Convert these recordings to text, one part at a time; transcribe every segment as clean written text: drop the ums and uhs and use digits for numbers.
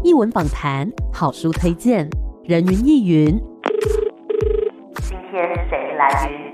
艺文访谈、好书推荐、人云亦云。 今天谁来云？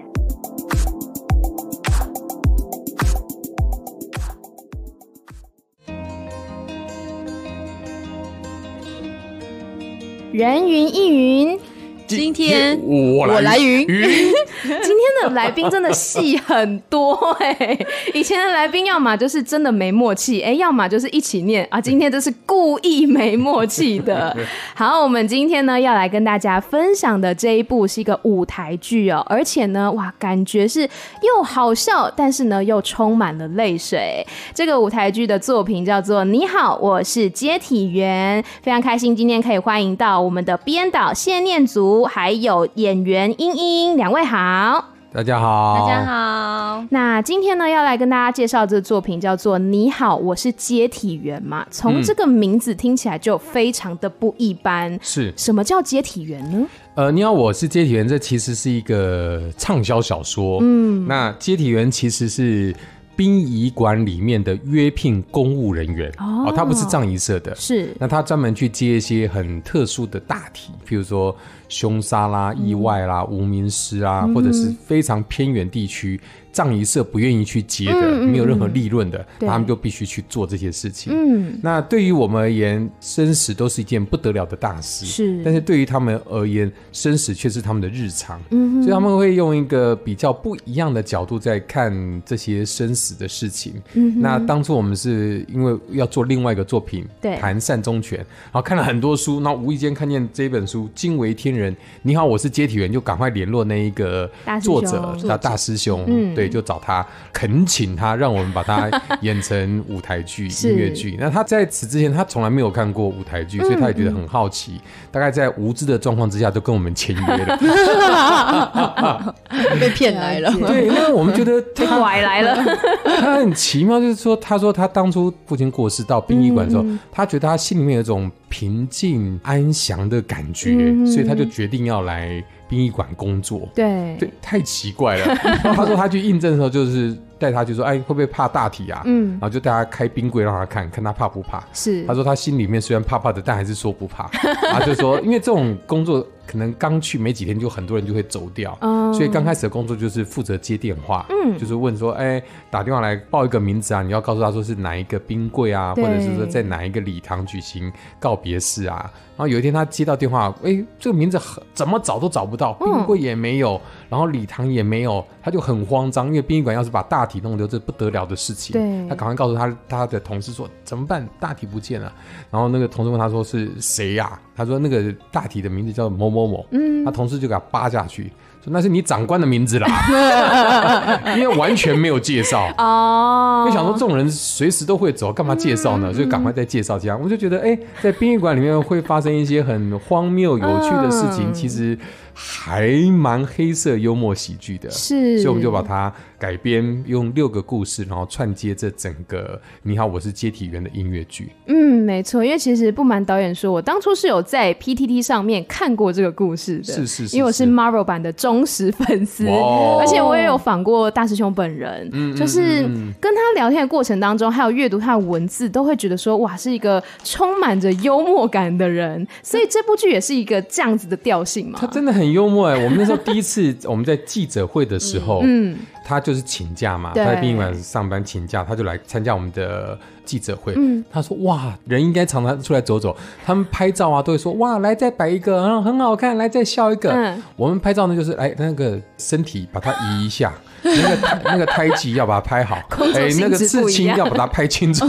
人云亦云，今天我来云。今天的来宾真的戏很多以前的来宾要么就是真的没默契要么就是一起念啊，今天这是故意没默契的。好，我们今天呢要来跟大家分享的这一部是一个舞台剧哦，而且呢哇，感觉是又好笑，但是呢又充满了泪水。这个舞台剧的作品叫做《你好，我是接体员》，非常开心今天可以欢迎到我们的编导谢念祖，还有演员英英，两位好。 大家好， 大家好。那今天呢，要来跟大家介绍这个作品叫做《你好，我是接体员》嘛。从这个名字听起来就非常的不一般。 是， 什么叫接体员呢？ 你好，我是接体员，这其实是一个畅销小说。那接体员其实是殡仪馆里面的约聘公务人员他不是葬仪社的， 是。 那他专门去接一些很特殊的大体，譬如说凶杀啦、意外啦、无名尸啊，或者是非常偏远地区葬仪社不愿意去接的，没有任何利润的，他们就必须去做这些事情。那对于我们而言，生死都是一件不得了的大事， 是。 但是对于他们而言，生死却是他们的日常，所以他们会用一个比较不一样的角度在看这些生死的事情。那当初我们是因为要做另外一个作品，谈善终权，然后看了很多书，然后无意间看见这本书惊为天人。你好，我是接体员，就赶快联络那一个作者，他大师兄，对，就找他恳请他，让我们把它演成舞台剧、音乐剧。那他在此之前，他从来没有看过舞台剧，所以他也觉得很好奇。大概在无知的状况之下，就跟我们签约了， 被骗来了。 对，那我们觉得被拐来了。 他很奇妙，就是说，他说他当初父亲过世到殡仪馆的时候，他觉得他心里面有一种平静安详的感觉，所以他就决定要来殡仪馆工作。对，太奇怪了。然后他说他去应征的时候，就是带他去说，哎，会不会怕大体啊？然后就带他开冰柜让他看他怕不怕。是，他说他心里面虽然怕怕的，但还是说不怕。他就说，因为这种工作可能刚去没几天，就很多人就会走掉，所以刚开始的工作就是负责接电话，就是问说，哎，打电话来报一个名字啊，你要告诉他说是哪一个冰柜啊，或者是说在哪一个礼堂举行告别式啊。然后有一天他接到电话，哎，这个名字怎么找都找不到，冰柜也没有，然后礼堂也没有，他就很慌张，因为殡仪馆要是把大体弄丢，这不得了的事情。他赶快告诉他的同事说怎么办，大体不见了。然后那个同事问他说是谁呀？他说那个大体的名字叫某某某。他同事就给他扒下去，说那是你长官的名字啦，因为完全没有介绍因为想说这种人随时都会走，干嘛介绍呢？所以赶快再介绍这样。我就觉得在殡仪馆里面会发生一些很荒谬有趣的事情，其实还蛮黑色幽默喜剧的，是，所以我们就把它改编，用6个故事，然后串接这整个你好，我是接体员的音乐剧。 没错，因为其实不瞒导演说，我当初是有在 PTT 上面看过这个故事的，是，因为我是 Marvel 版的忠实粉丝，而且我也有访过大师兄本人，就是跟他聊天的过程当中，还有阅读他的文字，都会觉得说，哇，是一个充满着幽默感的人，所以这部剧也是一个这样子的调性嘛。 他真的很幽默我们那时候第一次我们在记者会的时候，他就是请假嘛，他在殡仪馆上班请假，他就来参加我们的记者会。他说哇，人应该常常出来走走，他们拍照啊都会说哇，来再摆一个，很好看，来再笑一个。我们拍照呢就是来那个身体把它移一下，那个胎记要把它拍好，那个刺青要把它拍清楚。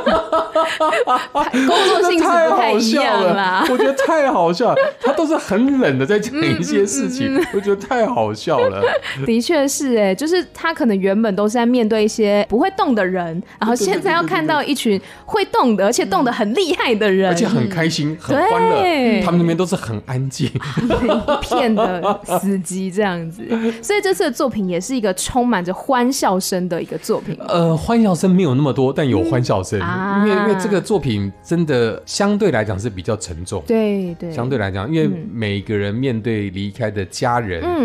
工作性质不太一样啦， 我觉得太好笑了。他都是很冷的在讲一些事情，我觉得太好笑了。 的确是就是他可能原本都是在面对一些不会动的人，然后现在要看到一群会动的，而且动得很厉害的人， 而且很开心很欢乐，他们那边都是很安静一片的死寂这样子。所以这次的作品也是一个充满着欢笑声的一个作品。 欢笑声没有那么多，但有欢笑声，因为这个作品真的相对来讲是比较沉重，对，相对来讲，因为每个人面对离开的家人，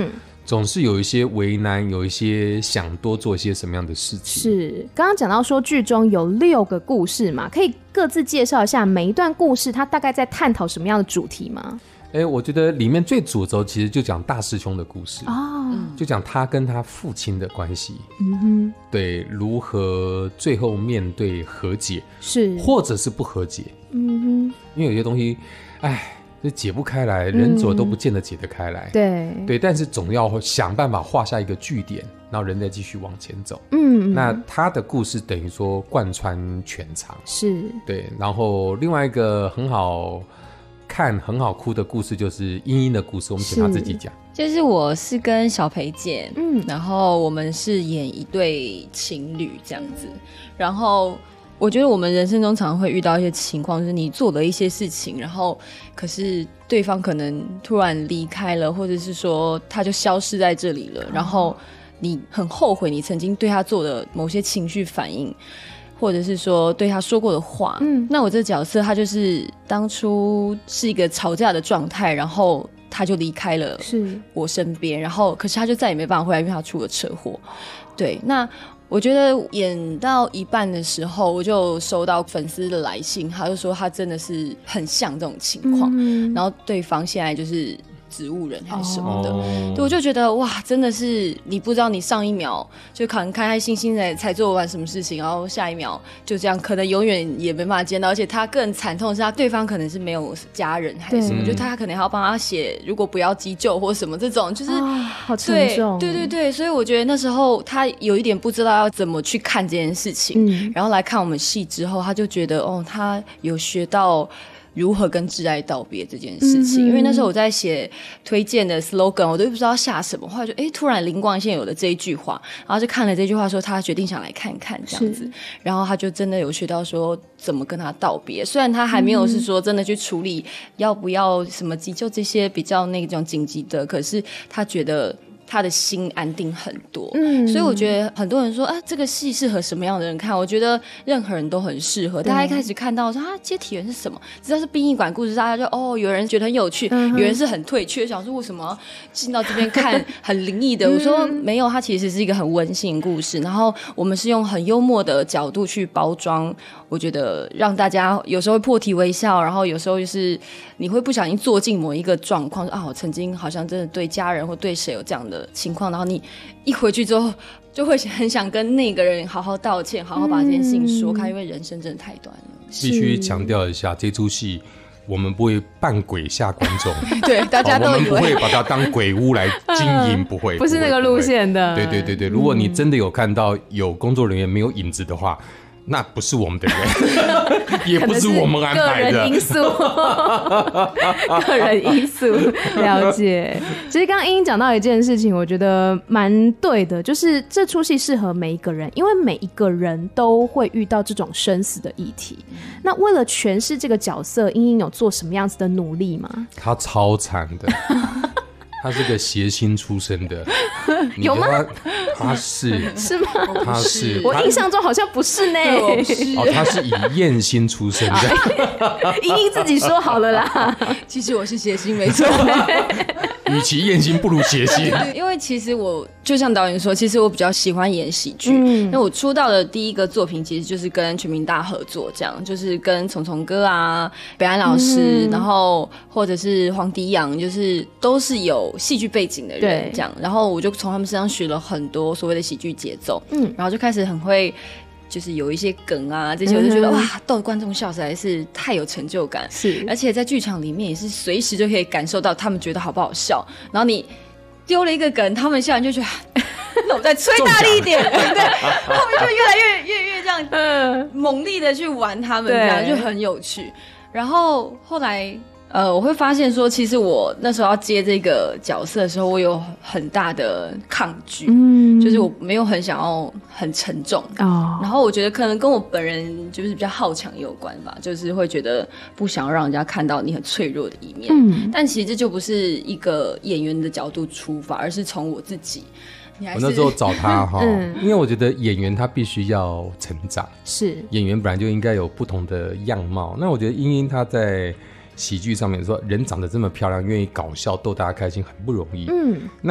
总是有一些为难，有一些想多做一些什么样的事情。 是，刚刚讲到说剧中有6个故事嘛，可以各自介绍一下每一段故事它大概在探讨什么样的主题吗？ 我觉得里面最主轴其实就讲大师兄的故事就讲他跟他父亲的关系，对，如何最后面对和解， 是或者是不和解，因为有些东西，就解不开来，人走都不见得解得开来，对，但是总要想办法画下一个句点，然后人再继续往前走。那他的故事等于说贯穿全场， 是对。然后另外一个很好看、很好哭的故事就是茵茵的故事，我们请他自己讲。 就是我是跟小培姐，然后我们是演一对情侣这样子，然后。我觉得我们人生中常常会遇到一些情况，就是你做了一些事情，然后可是对方可能突然离开了，或者是说他就消失在这里了，然后你很后悔你曾经对他做的某些情绪反应，或者是说对他说过的话。那我这个角色他就是当初是一个吵架的状态，然后他就离开了我身边，然后可是他就再也没办法回来，因为他出了车祸。对，那我觉得演到一半的时候，我就收到粉丝的来信，他就说他真的是很像这种情况，然后对方现在就是植物人还是什么的，对，我就觉得哇，真的是你不知道你上一秒就可能开开心心的才做完什么事情，然后下一秒就这样，可能永远也没办法见到。而且他更惨痛的是，他对方可能是没有家人还是什么，就他可能还要帮他写如果不要急救或什么这种，就是好沉重。 对，所以我觉得那时候他有一点不知道要怎么去看这件事情，然后来看我们戏之后，他就觉得他有学到如何跟挚爱道别这件事情。因为那时候我在写推荐的 slogan， 我都不知道下什么，后来就突然灵光现有了这一句话，然后就看了这句话，说他决定想来看看这样子，然后他就真的有学到说怎么跟他道别。虽然他还没有是说真的去处理要不要什么急救这些比较那种紧急的，可是他觉得他的心安定很多。所以我觉得很多人说这个戏适合什么样的人看，我觉得任何人都很适合。大家一开始看到说接体员是什么，知道是殡仪馆故事，大家就有人觉得很有趣，有人是很退却，想说为什么进到这边看很灵异的。我说没有，它其实是一个很温馨的故事，然后我们是用很幽默的角度去包装，我觉得让大家有时候会破涕为笑，然后有时候就是你会不小心做进某一个状况，我曾经好像真的对家人或对谁有这样的情况，然后你一回去之后就会很想跟那个人好好道歉，好好把这件事情说开，因为人生真的太短了。 必须强调一下，这出戏我们不会扮鬼吓观众对，大家都以为我们不会把它当鬼屋来经营不会不是那个路线的。 对，如果你真的有看到有工作人员没有影子的话，那不是我们的人也不是我们安排的， 个人因素个人因素了解。其实刚刚茵茵讲到一件事情，我觉得蛮对的，就是这出戏适合每一个人，因为每一个人都会遇到这种生死的议题。那为了诠释这个角色，茵茵有做什么样子的努力吗？ 他超惨的他是个谐星出身的有吗？ 他是吗？ 他是， 我印象中好像不是呢。 他是以艳星出身的茵茵自己说好了啦其实我是谐星没错与其艳星不如谐星因为其实我就像导演说，其实我比较喜欢演喜剧，因为我出道的第一个作品其实就是跟全民大合作，这样就是跟虫虫哥啊、北安老师，然后或者是黄迪阳，就是都是有戏剧背景的人这样，然后我就从他们身上学了很多所谓的喜剧节奏，然后就开始很会就是有一些梗啊这些，我就觉得哇，逗观众笑实在是太有成就感，是，而且在剧场里面也是随时就可以感受到他们觉得好不好笑，然后你丢了一个梗，他们笑完就觉得那我再吹大力一点对，他们就越来越这样猛力的去玩他们，这样就很有趣。然后后来我会发现说，其实我那时候要接这个角色的时候，我有很大的抗拒，就是我没有很想要很沉重，然后我觉得可能跟我本人就是比较好强有关吧，就是会觉得不想要让人家看到你很脆弱的一面，但其实这就不是一个演员的角度出发，而是从我自己。 我那时候找他因为我觉得演员他必须要成长，是演员本来就应该有不同的样貌。那我觉得茵茵她在喜剧上面说，人长得这么漂亮，愿意搞笑逗大家开心很不容易。那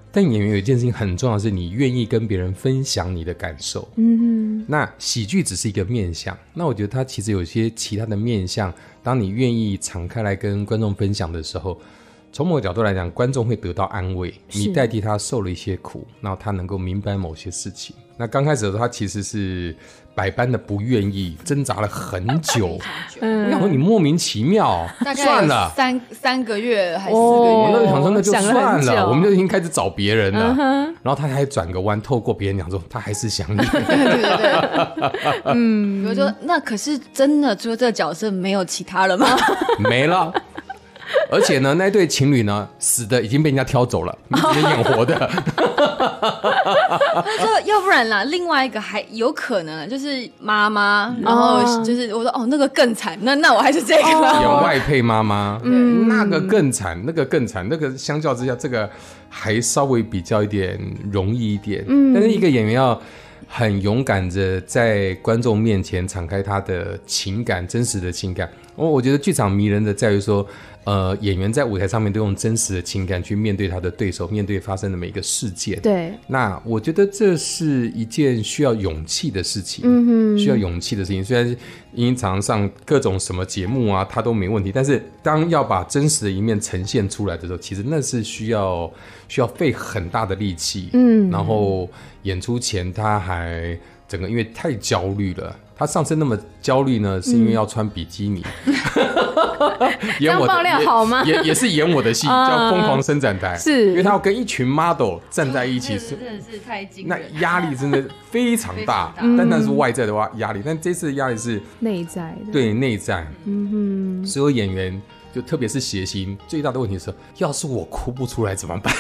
但演员有一件事情很重要的是，你愿意跟别人分享你的感受。那喜剧只是一个面向，那我觉得它其实有些其他的面向，当你愿意敞开来跟观众分享的时候，从某个角度来讲，观众会得到安慰，你代替他受了一些苦，然后他能够明白某些事情。那刚开始的时候，他其实是百般的不愿意，挣扎了很久。我想说你莫名其妙， 大概算了三个月还是4个月， 我那就想说那就算了，我们就已经开始找别人了。然后他还转个弯，透过别人讲说他还是想你。 对，比如说那可是真的除了这个角色没有其他了吗？没了。而且呢，那对情侣呢，死的已经被人家挑走了，你只能演活的。 他说要不然啦，另外一个还有可能就是妈妈，然后就是我说那个更惨，那我还是这个吧。 演外配妈妈，那个更惨，那个相较之下，这个还稍微比较一点容易一点。但是一个演员要很勇敢着在观众面前敞开他的情感，真实的情感。我觉得剧场迷人的在于说，演员在舞台上面都用真实的情感去面对他的对手，面对发生的每一个事件。 对， 那我觉得这是一件需要勇气的事情，需要勇气的事情。虽然音场上各种什么节目啊，他都没问题，但是当要把真实的一面呈现出来的时候，其实那是需要费很大的力气。然后演出前他还整个因为太焦虑了。他上次那么焦虑呢，是因为要穿比基尼。 演我爆料好吗？ 也是演我的戏，叫《疯狂伸展台》， 是因为他要跟一群 model 站在一起， 真的是太惊人， 那压力真的非常大。但那是外在的压力，但这次的压力是内在的， 对内在。所有演员。就特别是谐星，最大的问题是，要是我哭不出来怎么办？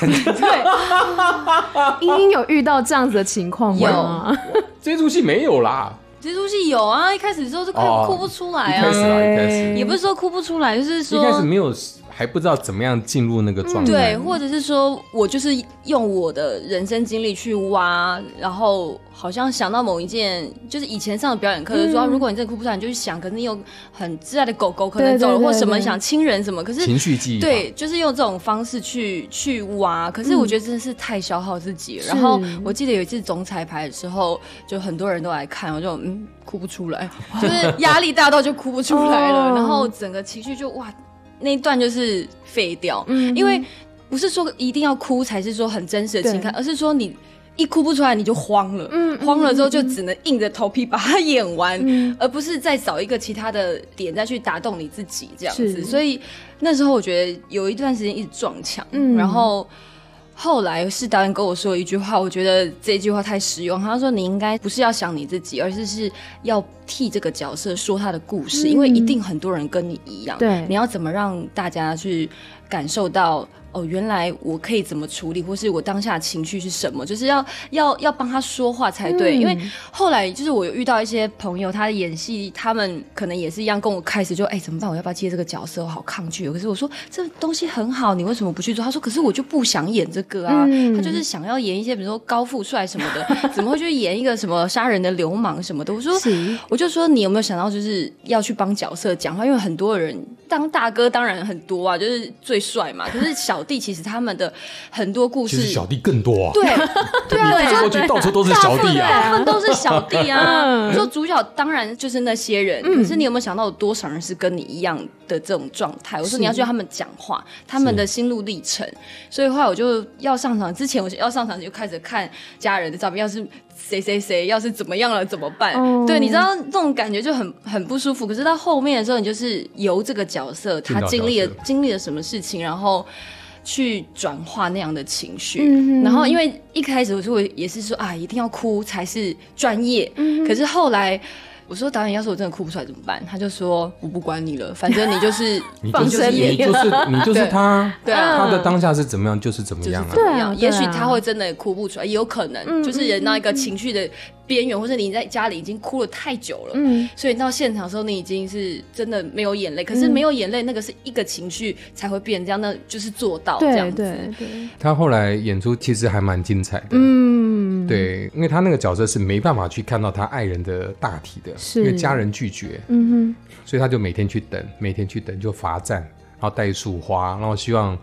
对，英有遇到这样子的情况吗？ 这出戏没有啦。 这出戏有啊，一开始的时候就哭不出来啊。 一开始也不是说哭不出来，就是说一开始没有，还不知道怎么样进入那个状态。 对，或者是说我就是用我的人生经历去挖，然后好像想到某一件，就是以前上的表演课就说，如果你真的哭不出来，你就去想，可是你有很挚爱的狗狗可能走了，或什么想亲人什么，可是情绪记忆， 对，就是用这种方式去挖。可是我觉得真的是太消耗自己了。然后我记得有一次总彩排的时候，就很多人都来看，我就哭不出来，就是压力大到就哭不出来了，然后整个情绪就哇。那一段就是废掉，因为不是说一定要哭才是说很真实的情感，而是说你一哭不出来你就慌了，慌了之后就只能硬着头皮把它演完，而不是再找一个其他的点再去打动你自己这样子。所以那时候我觉得有一段时间一直撞墙，然后后来是导演跟我说一句话，我觉得这句话太实用。他说：“你应该不是要想你自己，而是要替这个角色说他的故事，因为一定很多人跟你一样。对，你要怎么让大家去感受到？”原来我可以怎么处理，或是我当下的情绪是什么，就是要帮他说话才对。因为后来就是我有遇到一些朋友，他演戏，他们可能也是一样，跟我开始就怎么办？我要不要接这个角色？我好抗拒。可是我说这东西很好，你为什么不去做？他说可是我就不想演这个啊，他就是想要演一些比如说高富帅什么的，怎么会去演一个什么杀人的流氓什么的？我就说你有没有想到就是要去帮角色讲话？因为很多人当大哥当然很多啊，就是最帅嘛，可是小弟其实他们的很多故事， 其实小弟更多啊。 对啊， 过去到处都是小弟啊， 他们都是小弟啊。说主角当然就是那些人，可是你有没有想到有多少人是跟你一样的这种状态？我说你要去他们讲话，他们的心路历程。所以后来我就要上场之前，我要上场就开始看家人的照片，要是谁要是怎么样了怎么办？对，你知道这种感觉就很不舒服。可是到后面的时候，你就是由这个角色他经历了什么事情，然后去转化那样的情绪。然后因为一开始我也是说一定要哭才是专业，可是后来我说导演，要是我真的哭不出来怎么办？他就说我不管你了，反正你就是放生你就是他，对啊，他的当下是怎么样就是怎么样啊。 对啊，也许他会真的哭不出来，也有可能就是人到一个情绪的边缘，或者你在家里已经哭了太久了，所以到现场的时候你已经是真的没有眼泪，可是没有眼泪那个是一个情绪才会变这样，那就是做到这样子。 对， 他后来演出其实还蛮精彩的，对，因为他那个角色是没办法去看到他爱人的大体的，因为家人拒绝，所以他就每天去等就罚站，然后带束花，然后希望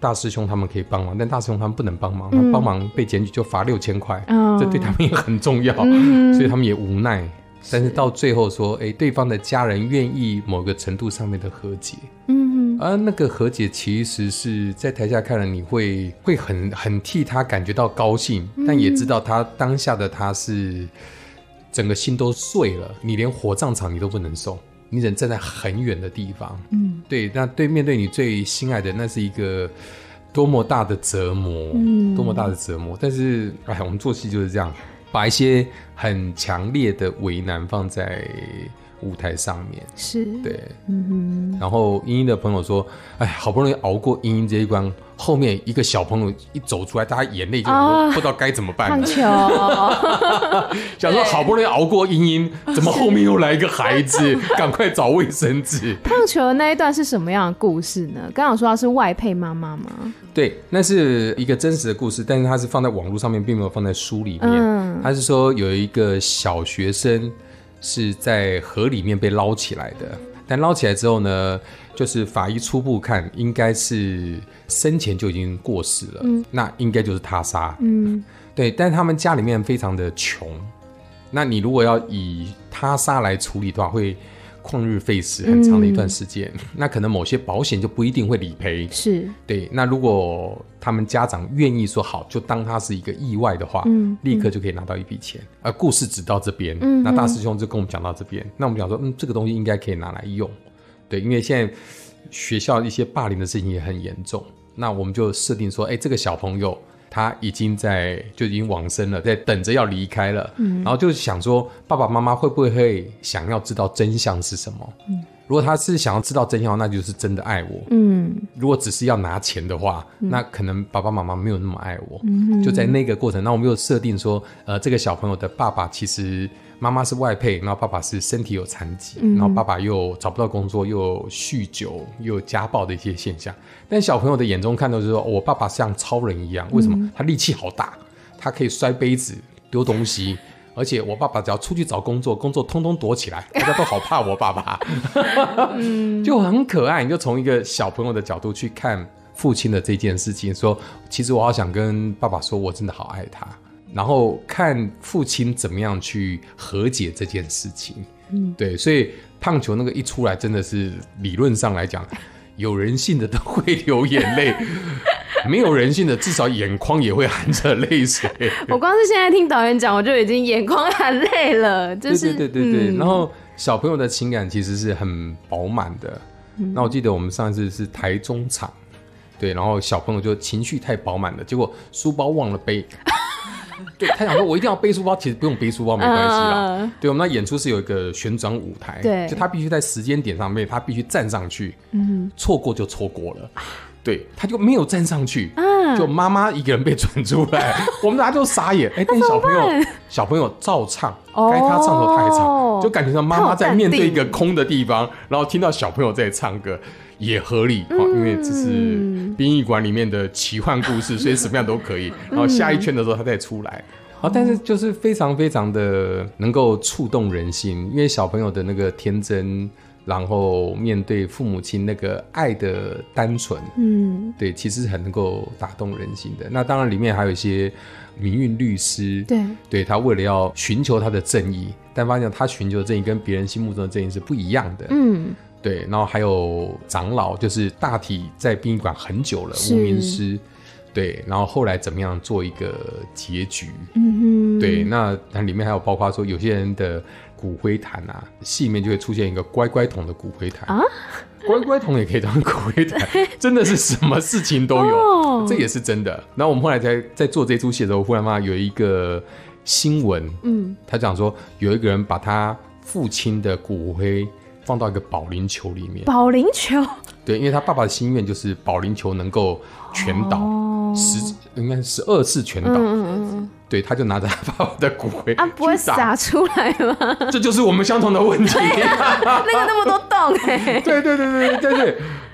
大师兄他们可以帮忙，但大师兄他们不能帮忙，他帮忙被检举就罚6000块，这对他们也很重要，所以他们也无奈。但是到最后说，对方的家人愿意某个程度上面的和解，而那个和解其实是在台下看了，你会很替他感觉到高兴，但也知道他当下的他是整个心都碎了，你连火葬场你都不能送，你人站在很远的地方，对，那面对你最心爱的，那是一个多么大的折磨，多么大的折磨。但是我们做戏就是这样，把一些很强烈的为难放在舞台上面， 是， 对，然后英英的朋友说，好不容易熬过英英这一关，后面一个小朋友一走出来，大家眼泪就不知道该怎么办了。 棒球， 想说好不容易熬过英英，怎么后面又来一个孩子？赶快找卫生纸。 棒球的那一段是什么样的故事呢？刚刚说他是外配妈妈吗？ 对，那是一个真实的故事，但是它是放在网络上面，并没有放在书里面。他是说有一个小学生是在河里面被捞起来的，但捞起来之后呢，就是法医初步看应该是生前就已经过世了，那应该就是他杀。对，但是他们家里面非常的穷，那你如果要以他杀来处理的话，会旷日费时很长的一段时间，那可能某些保险就不一定会理赔。 是， 对，那如果他们家长愿意说好，就当他是一个意外的话，立刻就可以拿到一笔钱。故事只到这边，那大师兄就跟我们讲到这边，那我们讲说，这个东西应该可以拿来用。对，因为现在学校一些霸凌的事情也很严重，那我们就设定说，这个小朋友他已经往生了，在等着要离开了，然后就想说爸爸妈妈会不会想要知道真相是什么，如果他是想要知道真相，那就是真的爱我，如果只是要拿钱的话，那可能爸爸妈妈没有那么爱我，就在那个过程，那我们又设定说这个小朋友的爸爸其实妈妈是外配，然后爸爸是身体有残疾，然后爸爸又找不到工作，又有酗酒，又有家暴的一些现象。但小朋友的眼中看到就是说，我爸爸像超人一样，为什么？他力气好大，他可以摔杯子、丢东西，而且我爸爸只要出去找工作通通躲起来，大家都好怕我爸爸，就很可爱。你就从一个小朋友的角度去看父亲的这件事情，说其实我好想跟爸爸说，我真的好爱他。然后看父亲怎么样去和解这件事情，对，所以棒球那个一出来，真的是理论上来讲，有人性的都会流眼泪，没有人性的至少眼眶也会含着泪水。 我光是现在听导演讲，我就已经眼眶含泪了，就是对，然后小朋友的情感其实是很饱满的。那我记得我们上一次是台中场，对，然后小朋友就情绪太饱满了，结果书包忘了背。对，他想说我一定要背书包，其实不用背书包没关系啦。对，我们那演出是有一个旋转舞台，对，就他必须在时间点上面，他必须站上去，错过就错过了。对，他就没有站上去，就妈妈一个人被转出来，我们大家就傻眼。但小朋友照唱，该他唱的时候他还唱，就感觉到妈妈在面对一个空的地方，然后听到小朋友在唱歌。也合理，因为这是殡仪馆里面的奇幻故事，所以什么样都可以。然后下一圈的时候他再出来，但是就是非常非常的能够触动人心，因为小朋友的那个天真，然后面对父母亲那个爱的单纯，对，其实很能够打动人心的。那当然里面还有一些民运律师，对，他为了要寻求他的正义，但发现他寻求的正义跟别人心目中的正义是不一样的，对，然后还有长老，就是大体在殡仪馆很久了，无名师，对，然后后来怎么样做一个结局，对，那里面还有包括说有些人的骨灰坛啊，戏里面就会出现一个乖乖桶的骨灰坛啊，乖乖桶也可以当骨灰坛，真的是什么事情都有，这也是真的。然后我们后来在做这出戏的时候，忽然发现有一个新闻，他讲说有一个人把他父亲的骨灰放到一个保龄球里面。 保龄球？对， 因为他爸爸的心愿就是保龄球能够全倒，应该是12次全倒。对，他就拿着他爸爸的骨灰不会洒出来吗？ 这就是我们相同的问题。 那个那么多洞对。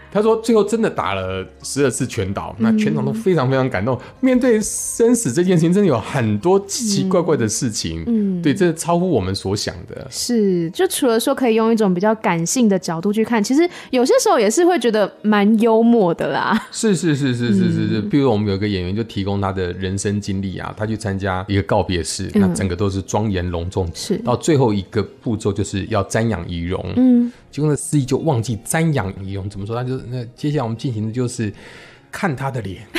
他说最后真的打了12次全倒，那全场都非常非常感动。面对生死这件事情，真的有很多奇奇怪怪的事情，对，这超乎我们所想的。 是，就除了说可以用一种比较感性的角度去看，其实有些时候也是会觉得蛮幽默的啦。 是，比如我们有一个演员就提供他的人生经历啊，他去参加一个告别式，那整个都是庄严隆重， 是到最后一个步骤就是要瞻仰仪容，结果那司仪就忘记瞻仰仪容怎么说，他就那接下来我们进行的就是看他的脸。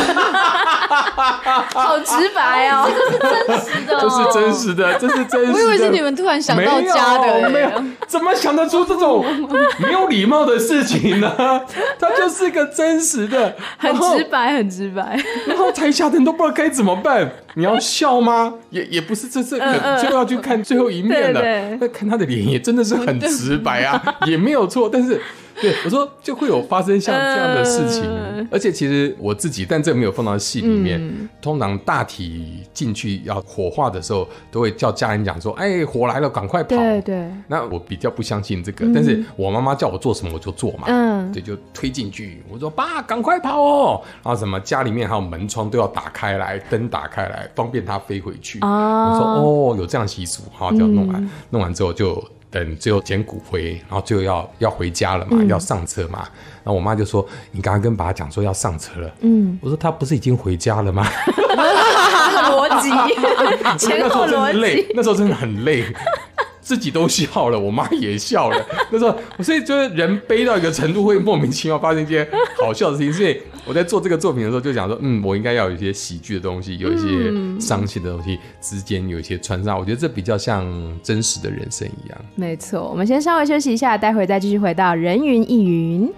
好直白哦， 这是真实的， 这是真实的。 我以为是你们突然想到加的， 没有，怎么想得出这种没有礼貌的事情呢？它就是个真实的， 很直白，很直白。 然后台下的人都不知道该怎么办，你要笑吗？也不是，这就要去看最后一面了。那看他的脸也真的是很直白啊，也没有错，但是。对，我说就会有发生像这样的事情，而且其实我自己，但这没有放到戏里面。通常大体进去要火化的时候，都会叫家人讲说：“哎，火来了，赶快跑！” 对。 那我比较不相信这个，但是我妈妈叫我做什么我就做嘛。对，就推进去，我说：“爸，赶快跑哦！”然后什么家里面还有门窗都要打开来，灯打开来，方便他飞回去。我说：“哦，有这样习俗，好，就要弄完。弄完之后就。”等最后捡骨灰，然后最后要回家了嘛，要上车嘛。然后我妈就说：“你刚刚跟爸讲说要上车了。”我说：“他不是已经回家了吗？” 逻辑，前后逻辑。 那时候真的很累。自己都笑了，我妈也笑了。那时候，所以就是人悲到一个程度，会莫名其妙发生一些好笑的事情。所以我在做这个作品的时候，就想说，我应该要有一些喜剧的东西，有一些伤心的东西之间有一些穿插。我觉得这比较像真实的人生一样。 没错，我们先稍微休息一下，待会再继续回到人云亦云。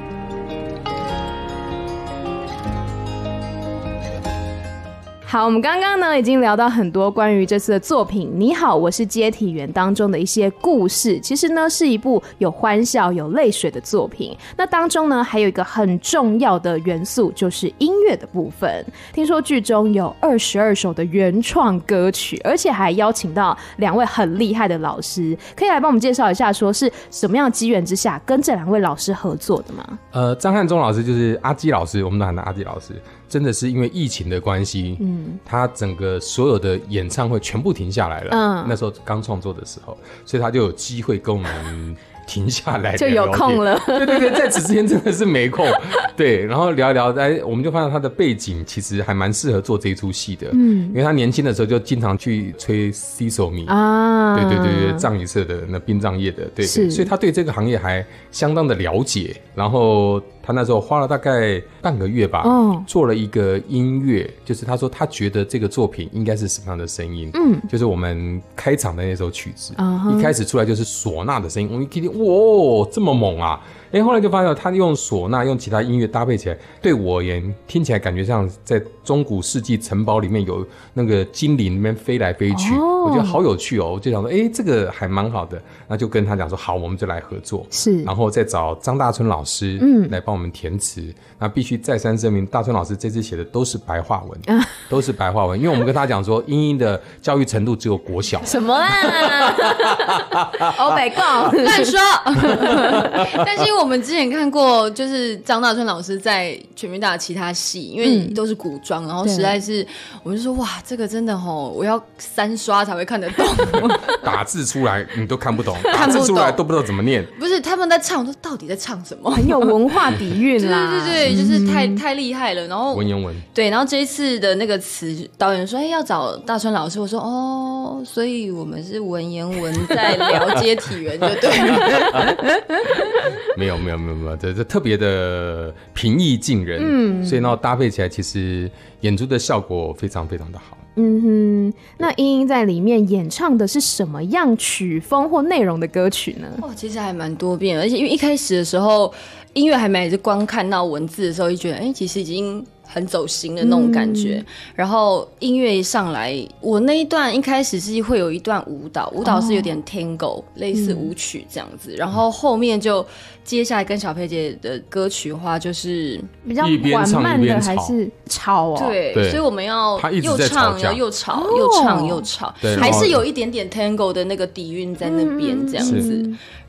好，我们刚刚呢已经聊到很多关于这次的作品《你好，我是接体员》当中的一些故事。其实呢是一部有欢笑有泪水的作品。那当中呢还有一个很重要的元素，就是音乐的部分。听说剧中有22首的原创歌曲，而且还邀请到2位很厉害的老师，可以来帮我们介绍一下，说是什么样的机缘之下跟这2位老师合作的吗？ 张汉忠老师就是阿基老师，我们都喊他阿基老师。真的是因为疫情的关系，他整个所有的演唱会全部停下来了。那时候刚创作的时候，所以他就有机会跟我们停下来就有空了。 对，在此之前真的是没空。对，然后聊一聊，我们就发现他的背景其实还蛮适合做这一出戏的。因为他年轻的时候就经常去吹西手米啊，对，葬仪社的那殡葬业的，对，所以他对这个行业还相当的了解。然后他那时候花了大概半个月吧，做了一个音乐，就是他说他觉得这个作品应该是什么样的声音，就是我们开场的那首曲子，一开始出来就是唢呐的声音，我们一听，哇，这么猛啊！后来就发现他用唢呐用其他音乐搭配起来，对我而言听起来感觉像在中古世纪城堡里面有那个精灵里面飞来飞去，我觉得好有趣哦。我就想说，这个还蛮好的，那就跟他讲说好，我们就来合作，是，然后再找张大春老师来帮我们填词。那必须再三声明，大春老师这次写的都是白话文，都是白话文，因为我们跟他讲说，英英的教育程度只有国小。 什么啦？欧北共乱说。但是因为我们之前看过，就是张大春老师在全民大的其他戏，因为都是古装，然后实在是，我们就说哇，这个真的我要3刷才会看得懂。 打字出来你都看不懂，打字出来都不知道怎么念。 不是他们在唱，说到底在唱什么？ 很有文化底蕴啦。 对，就是太厉害了。然后文言文， 对，然后这一次的那个词，导演说要找大春老师，我说哦，所以我们是文言文在了解体员，就对了。 没有，这特别的平易近人，所以呢搭配起来，其实演出的效果非常非常的好。 那英英在里面演唱的是什么样曲风或内容的歌曲呢？ 其实还蛮多变，而且因为一开始的时候，音乐还没是光看到文字的时候，就觉得其实已经很走心的那种感觉。然后音乐一上来，我那一段一开始是会有一段舞蹈是有点 tango，类似舞曲这样子。然后后面就接下来跟小佩姐的歌曲的话，就是比较缓慢的，还是吵对，所以我们要又唱又吵，又唱又吵，还是有一点点 tango 的那个底蕴在那边这样子。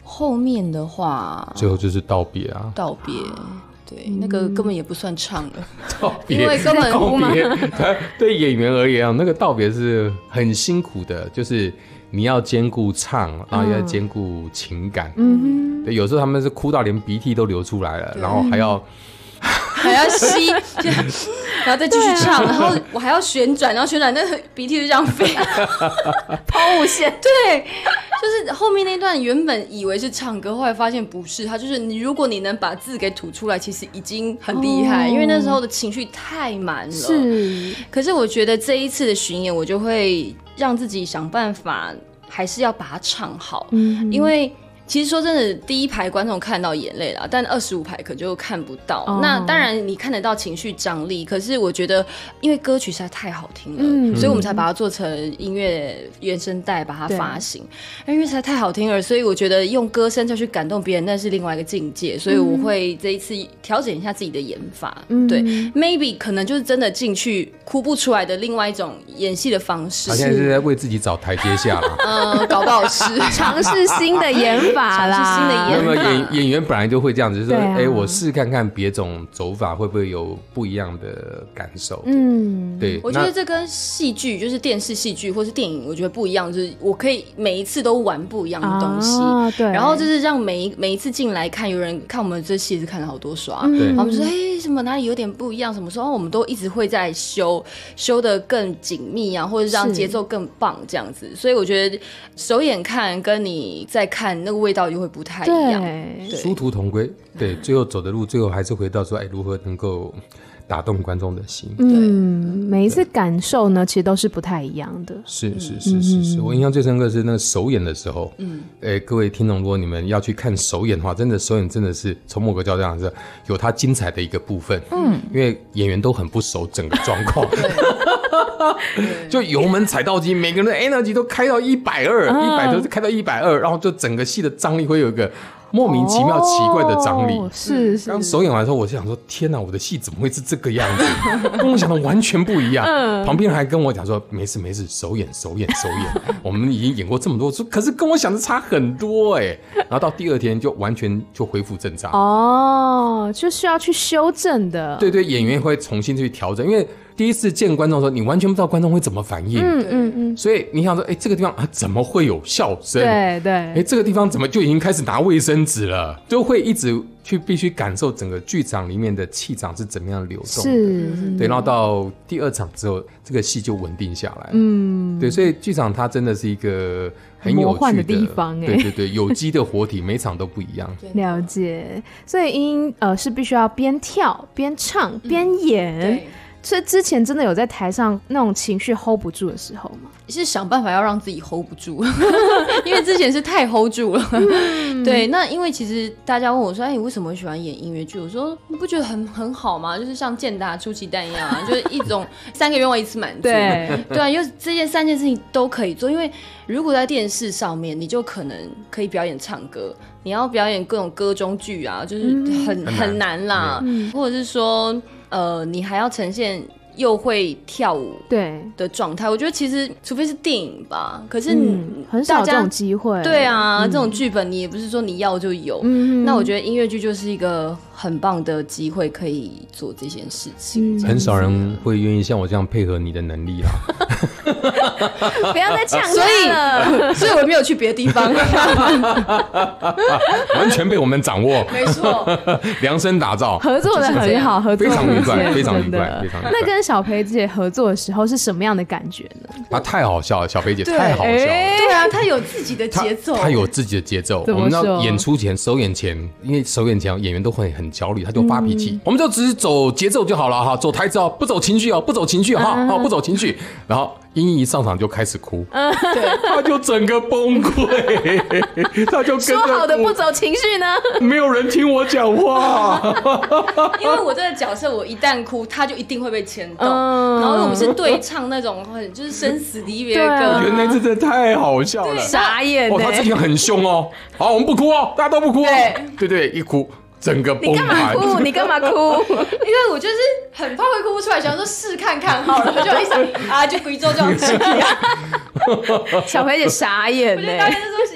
后面的话， 最后就是道别啊， 道别。对，那个根本也不算唱了， 道别， 因为根本道别，对演员而言，那个道别是很辛苦的，就是你要兼顾唱，然后也要兼顾情感。对，有时候他们是哭到连鼻涕都流出来了，然后还要吸，然后再继续唱，然后我还要旋转，然后旋转那个鼻涕就这样飞， 抛物线。 对，就是后面那段原本以为是唱歌，后来发现不是，它就是如果你能把字给吐出来，其实已经很厉害，因为那时候的情绪太满了。 是， 可是我觉得这一次的巡演，我就会让自己想办法，还是要把它唱好，因为。其实说真的，第一排观众看到眼泪啦，但25排可就看不到。那当然你看得到情绪张力，可是我觉得，因为歌曲实在太好听了，所以我们才把它做成音乐原声带，把它发行。因为实在太好听了，所以我觉得用歌声再去感动别人，那是另外一个境界。所以我会这一次调整一下自己的演法，对 ，maybe 可能就是真的进去哭不出来的另外一种演戏的方式。 他现在是在为自己找台阶下了， 搞不好是尝试新的演法。 尝试新的演法， 演员本来就会这样子，就是说，我试看看别种走法会不会有不一样的感受。对， 我觉得这跟戏剧，就是电视戏剧或是电影，我觉得不一样，就是我可以每一次都玩不一样的东西，对，然后就是让每一次进来看，有人看我们这戏是看了好多刷，然后我们说，什么哪里有点不一样，什么时候我们都一直会在修得更紧密啊，或者让节奏更棒这样子，所以我觉得首演看跟你在看那个味道就会不太一样， 殊途同归。对，最后走的路，最后还是回到说，如何能够打动观众的心。 每一次感受呢，其实都是不太一样的。 是，我印象最深刻是那个首演的时候。各位听众，如果你们要去看首演的话，真的首演真的是从某个角度上是有它精彩的一个部分。因为演员都很不熟整个状况。就油门踩到底，每个人的 energy 都开到120，100都开到120，然后就整个戏的张力会有一个莫名其妙奇怪的张力。 是。 刚首演完的时候，我就想说，天哪，我的戏怎么会是这个样子？跟我想的完全不一样。旁边人还跟我讲说，没事，首演，我们已经演过这么多次，可是跟我想的差很多然后到第二天就完全就恢复正常。 就需要去修正的。 对，演员会重新去调整，因为第一次见观众的时候，你完全不知道观众会怎么反应。所以你想说，这个地方怎么会有笑声？对，这个地方怎么就已经开始拿卫生纸了？就会一直去必须感受整个剧场里面的气场是怎么样流动的。对，然后到第二场之后，这个戏就稳定下来。对，所以剧场它真的是一个很有趣的魔幻的地方。 对，有机的活体，每场都不一样。 了解，所以是必须要边跳边唱边演。所以之前真的有在台上那种情绪 hold 不住的时候吗？ 是想办法要让自己 hold 不住，因为之前是太 hold 住了。对，那因为其实大家问我说，你为什么喜欢演音乐剧？我说你不觉得很好吗？就是像健达出奇蛋一样就是一种3个愿望一次满足。对啊，因为3件事情都可以做，因为如果在电视上面，你就可能可以表演唱歌，你要表演各种歌中剧啊，就是很难啦，或者是说。你还要呈现又会跳舞的状态，我觉得其实除非是电影吧，可是很少这种机会。 对啊，这种剧本你也不是说你要就有。那我觉得音乐剧就是一个很棒的机会，可以做这件事情。 很少人会愿意像我这样配合你的能力啦。 不要再呛他了，所以我没有去别的地方， 完全被我们掌握。 没错， 量身打造， 合作的很好，合作非常愉快，非常愉快。 那跟小培姐合作的时候是什么样的感觉呢？ 她太好笑了，小培姐太好笑了。 对啊，她有自己的节奏， 她有自己的节奏。我们要演出前、首演前，因为首演前演员都会很焦虑，他就发脾气。我们就只是走节奏就好了哈，走台词哦，不走情绪哦，不走情绪哈，不走情绪。然后英一上场就开始哭， 对， 他就整个崩溃，他就跟着说好的不走情绪呢？ 没有人听我讲话， 因为我这个角色，我一旦哭，他就一定会被牵动。然后我们是对唱那种很就是生死离别歌， 我觉得那次真的太好笑了， 傻眼。 他之前很凶哦，好，我们不哭哦，大家都不哭哦，对，一哭。整个崩盘， 你干嘛哭？ 因为我就是很怕会哭不出来，想说试看看好了，就一想就贵州这样子。 小培姐傻眼我觉得大家那时候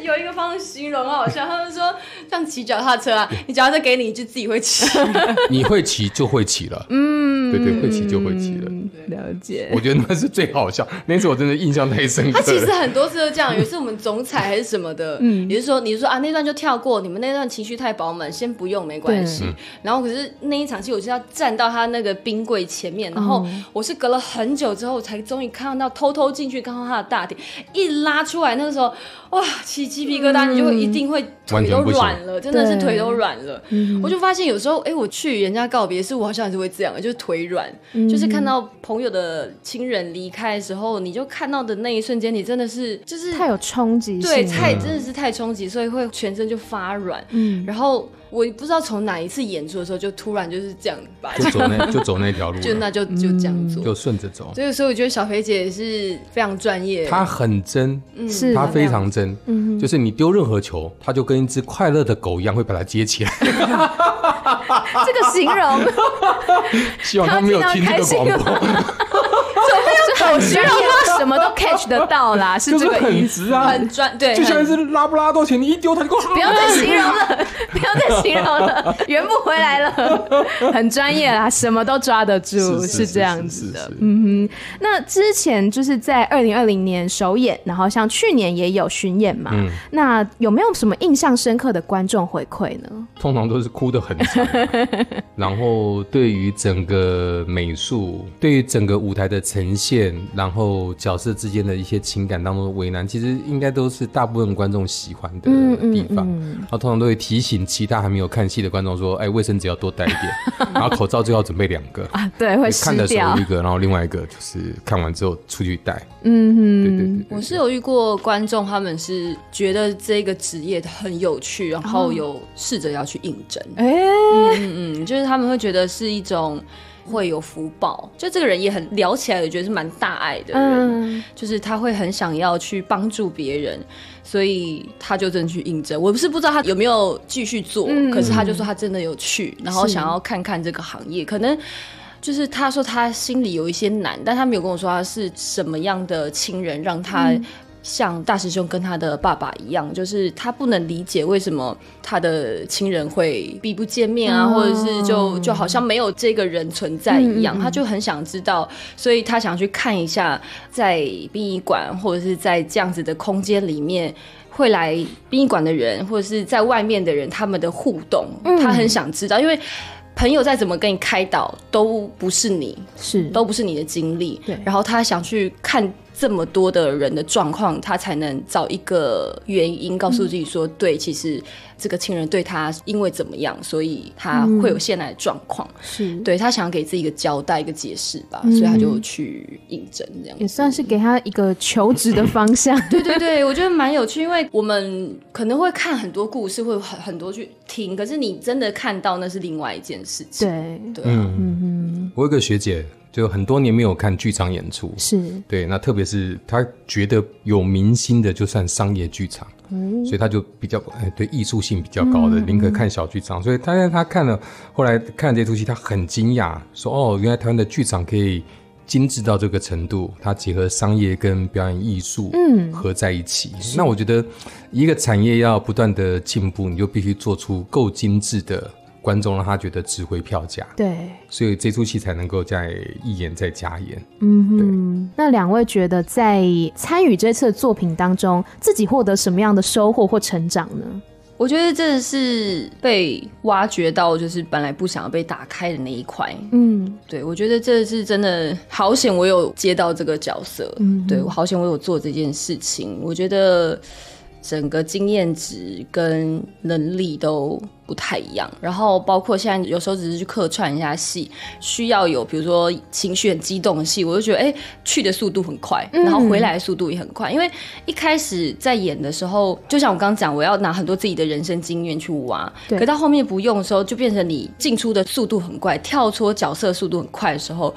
有一个方式形容好笑，他就说像骑脚踏车啊，你脚踏车给你就自己会骑， 你会骑就会骑了，对对，会骑就会骑了。 了解。 我觉得那是最好笑，那次我真的印象太深刻了。 他其实很多次都这样，有一次我们总彩还是什么的，也是说你说啊那段就跳过，你们那段情绪太饱满，先不用没关系。然后可是那一场戏我是要站到他那个冰柜前面，然后我是隔了很久之后才终于看到偷偷进去看到他的大腿，一拉出来那个时候哇起鸡皮疙瘩，你就会一定会腿都软了，真的是腿都软了。我就发现有时候我去人家告别式，我好像还是会这样，就是腿软，就是看到朋友的亲人离开的时候，你就看到的那一瞬间，你真的是就是太有冲击性， 对，真的是太冲击，所以会全身就发软。然后我不知道从哪一次演出的时候，就突然就是这样吧， 就走那条路了， 就这样做， 就顺着走。 所以我觉得小肥姐是非常专业， 她很真， 是她非常真，就是你丢任何球，她就跟一只快乐的狗一样，会把它接起来。 这个形容， 希望她没有听这个广播。 很形容他什么都 catch 得到啦，是这个意思， 就是很直啊， 很专，对， 就像一只拉布拉多犬，你一丢它就给我。 不要再形容了，不要再形容了，圆不回来了。很专业啦，什么都抓得住，是这样子的。那之前就是在2020年首演，然后像去年也有巡演嘛。那有没有什么印象深刻的观众回馈呢？ 通常都是哭得很惨，然后对于整个美术，对于整个舞台的呈现，然后角色之间的一些情感当中的为难，其实应该都是大部分观众喜欢的地方。然后通常都会提醒其他还没有看戏的观众说：“哎，卫生纸要多带一点，然后口罩最好准备2个啊，对，会湿掉。看的时候一个，然后另外一个就是看完之后出去带。”对。 我是有遇过观众，他们是觉得这个职业很有趣，然后有试着要去应征。就是他们会觉得是一种。会有福报，就这个人也很聊起来，我觉得是蛮大爱的人，就是他会很想要去帮助别人，所以他就真的去应征。我不知道他有没有继续做，可是他就说他真的有去，然后想要看看这个行业，可能就是他说他心里有一些难，但他没有跟我说他是什么样的亲人让他像大师兄跟他的爸爸一样，就是他不能理解为什么他的亲人会避不见面啊，或者是就好像没有这个人存在一样，他就很想知道，所以他想去看一下在殡仪馆或者是在这样子的空间里面会来殡仪馆的人或者是在外面的人他们的互动，他很想知道，因为朋友再怎么跟你开导都不是你的经历，然后他想去看这么多的人的状况，他才能找一个原因告诉自己说，对，其实这个亲人对他因为怎么样，所以他会有现在的状况，对，他想要给自己一个交代一个解释吧，所以他就去应征，这样也算是给他一个求职的方向。 对，我觉得蛮有趣，因为我们可能会看很多故事，会有很多去听，可是你真的看到那是另外一件事情。对， 我有一个学姐就很多年没有看剧场演出， 是对， 那特别是他觉得有明星的就算商业剧场，所以他就比较对艺术性比较高的，宁可看小剧场。所以他看了，后来看了这出戏，他很惊讶，说哦，原来台湾的剧场可以精致到这个程度，它结合商业跟表演艺术合在一起。那我觉得一个产业要不断的进步，你就必须做出够精致的观众，让他觉得值回票价。 对， 所以这出戏才能够再一演再加演。 对。那两位觉得在参与这次的作品当中，自己获得什么样的收获或成长呢？ 我觉得真的是被挖掘到，就是本来不想要被打开的那一块。对，我觉得这是真的好险，我有接到这个角色。对，我好险我有做这件事情。我觉得整个经验值跟能力都不太一样，然后包括现在有时候只是去客串一下戏，需要有比如说情绪很激动的戏，我就觉得去的速度很快，然后回来的速度也很快，因为一开始在演的时候，就像我刚刚讲，我要拿很多自己的人生经验去挖，可到后面不用的时候，就变成你进出的速度很快，跳脱角色速度很快的时候，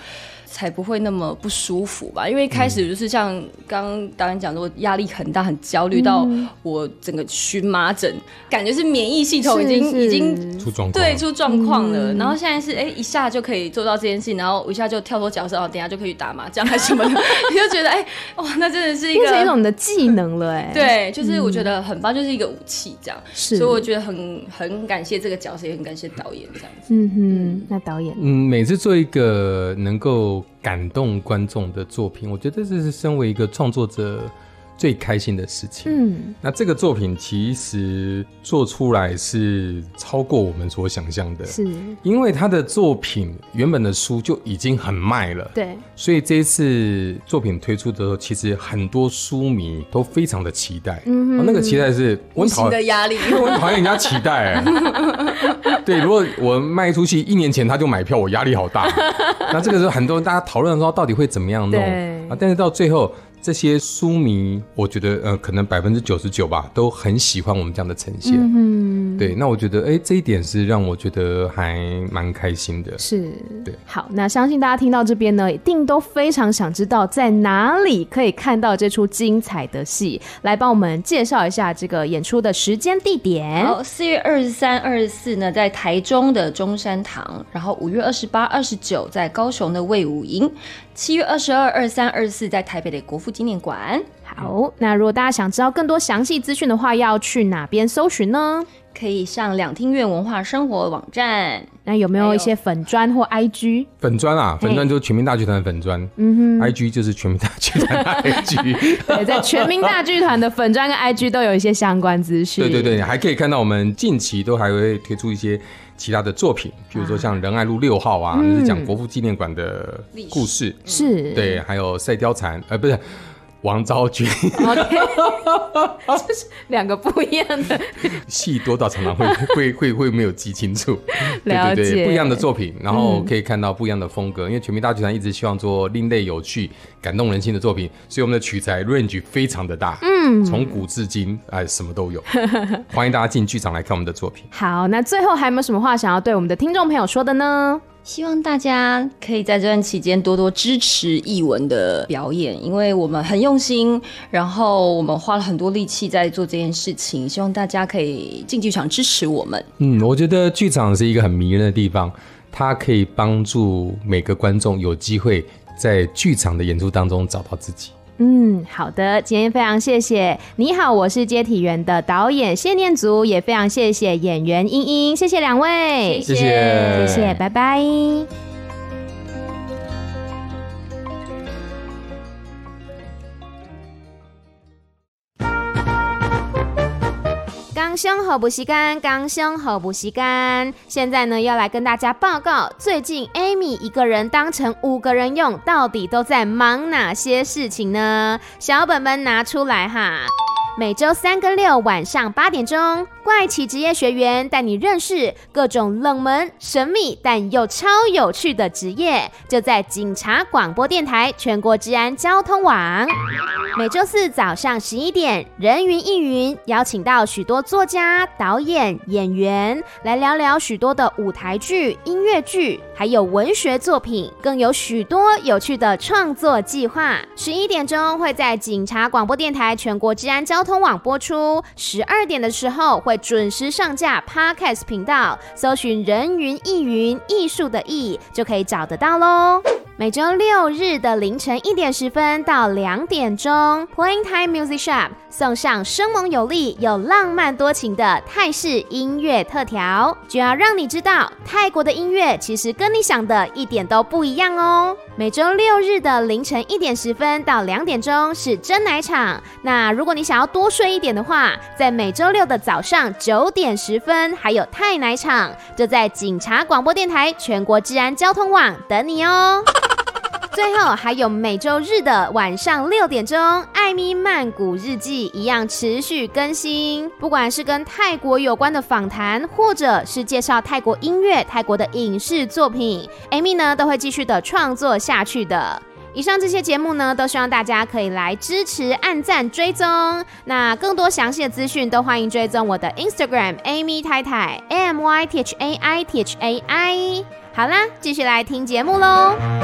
才不会那么不舒服吧。因为一开始就是像刚刚导演讲的，我压力很大，很焦虑到我整个荨麻疹，感觉是免疫系统已经出状况， 对，出状况了。然后现在是一下就可以做到这件事情，然后一下就跳脱角色，等一下就可以去打麻将还是什么的，你就觉得哇，那真的是一个变成一种你的技能了对，就是我觉得很棒，就是一个武器这样。 是， 所以我觉得很感谢这个角色，也很感谢导演这样子。 那导演每次做一个能够感动观众的作品，我觉得这是身为一个创作者最开心的事情。那这个作品其实做出来是超过我们所想象的，是因为他的作品原本的书就已经很卖了， 对， 所以这一次作品推出的时候，其实很多书迷都非常的期待。那个期待是我很讨厌的压力， 因为我很讨厌人家期待。对，如果我卖一出戏1年前他就买票，我压力好大。那这个时候很多人大家讨论说到底会怎么样弄但是到最后。这些书迷，我觉得可能99%吧，都很喜欢我们这样的呈现。对，那我觉得这一点是让我觉得还蛮开心的。 是， 对。 好，那相信大家听到这边呢，一定都非常想知道在哪里可以看到这出精彩的戏，来帮我们介绍一下这个演出的时间地点。 好，4月23、24呢，在台中的中山堂，然后5月28、29在高雄的卫武营，7月22、23、24在台北的国父纪念馆。 好，那如果大家想知道更多详细资讯的话，要去哪边搜寻呢？ 可以上两厅院文化生活网站。 那有没有一些粉专或 IG？ 粉专啊，粉专就是全民大剧团的粉专，IG 就是全民大剧团的 IG。 对，在全民大剧团的粉专跟 IG 都有一些相关资讯。 对，还可以看到我们近期都还会推出一些其他的作品，比如说像仁爱路6号啊，就是讲国父纪念馆的故事， 是， 对，还有赛貂蝉，不是。王昭君 ，OK， 就是两个不一样的戏多到常常会没有记清楚，对，不一样的作品，然后可以看到不一样的风格。因为全民大剧团一直希望做另类、有趣、感动人心的作品，所以我们的取材 range 非常的大，从古至今，什么都有。欢迎大家进剧场来看我们的作品。 好，那最后还有没有什么话想要对我们的听众朋友说的呢？ 希望大家可以在这段期间多多支持艺文的表演，因为我们很用心，然后我们花了很多力气在做这件事情，希望大家可以进剧场支持我们。 我觉得剧场是一个很迷人的地方，它可以帮助每个观众有机会在剧场的演出当中找到自己。 好的，今天非常谢谢你好，我是接体员的导演谢念祖，也非常谢谢演员英英，谢谢两位， 谢谢， 拜拜。刚兄好不习干，刚兄好不习干。现在呢，要来跟大家报告，最近 Amy 一个人当成5个人用，到底都在忙哪些事情呢？小本本拿出来哈。每周3跟6晚上8点钟，怪奇职业学员带你认识各种冷门、神秘但又超有趣的职业，就在警察广播电台全国治安交通网。每周4早上11点，人云亦云，邀请到许多作家、导演、演员来聊聊许多的舞台剧、音乐剧，还有文学作品，更有许多有趣的创作计划。11点钟会在警察广播电台全国治安交通网播出，12点的时候会准时上架 Podcast 频道，搜寻人云亦云，艺术的艺就可以找得到咯。每周6日的凌晨1点10分到2点钟 ，Playing Time Music Shop 送上生猛有力又浪漫多情的泰式音乐特调，就要让你知道泰国的音乐其实跟你想的一点都不一样哦。每周6日的凌晨1点10分到2点钟是真奶场，那如果你想要多睡一点的话，在每周6的早上9点10分还有泰奶场，就在警察广播电台全国治安交通网等你哦。最后还有每周日的晚上6点钟，艾咪曼谷日记一样持续更新，不管是跟泰国有关的访谈，或者是介绍泰国音乐、泰国的影视作品，艾咪呢都会继续的创作下去的。以上这些节目呢，都希望大家可以来支持、按赞、追踪。那更多详细的资讯都欢迎追踪我的 Instagram Amy 太太 AMYTHAITHAI。好啦，继续来听节目咯。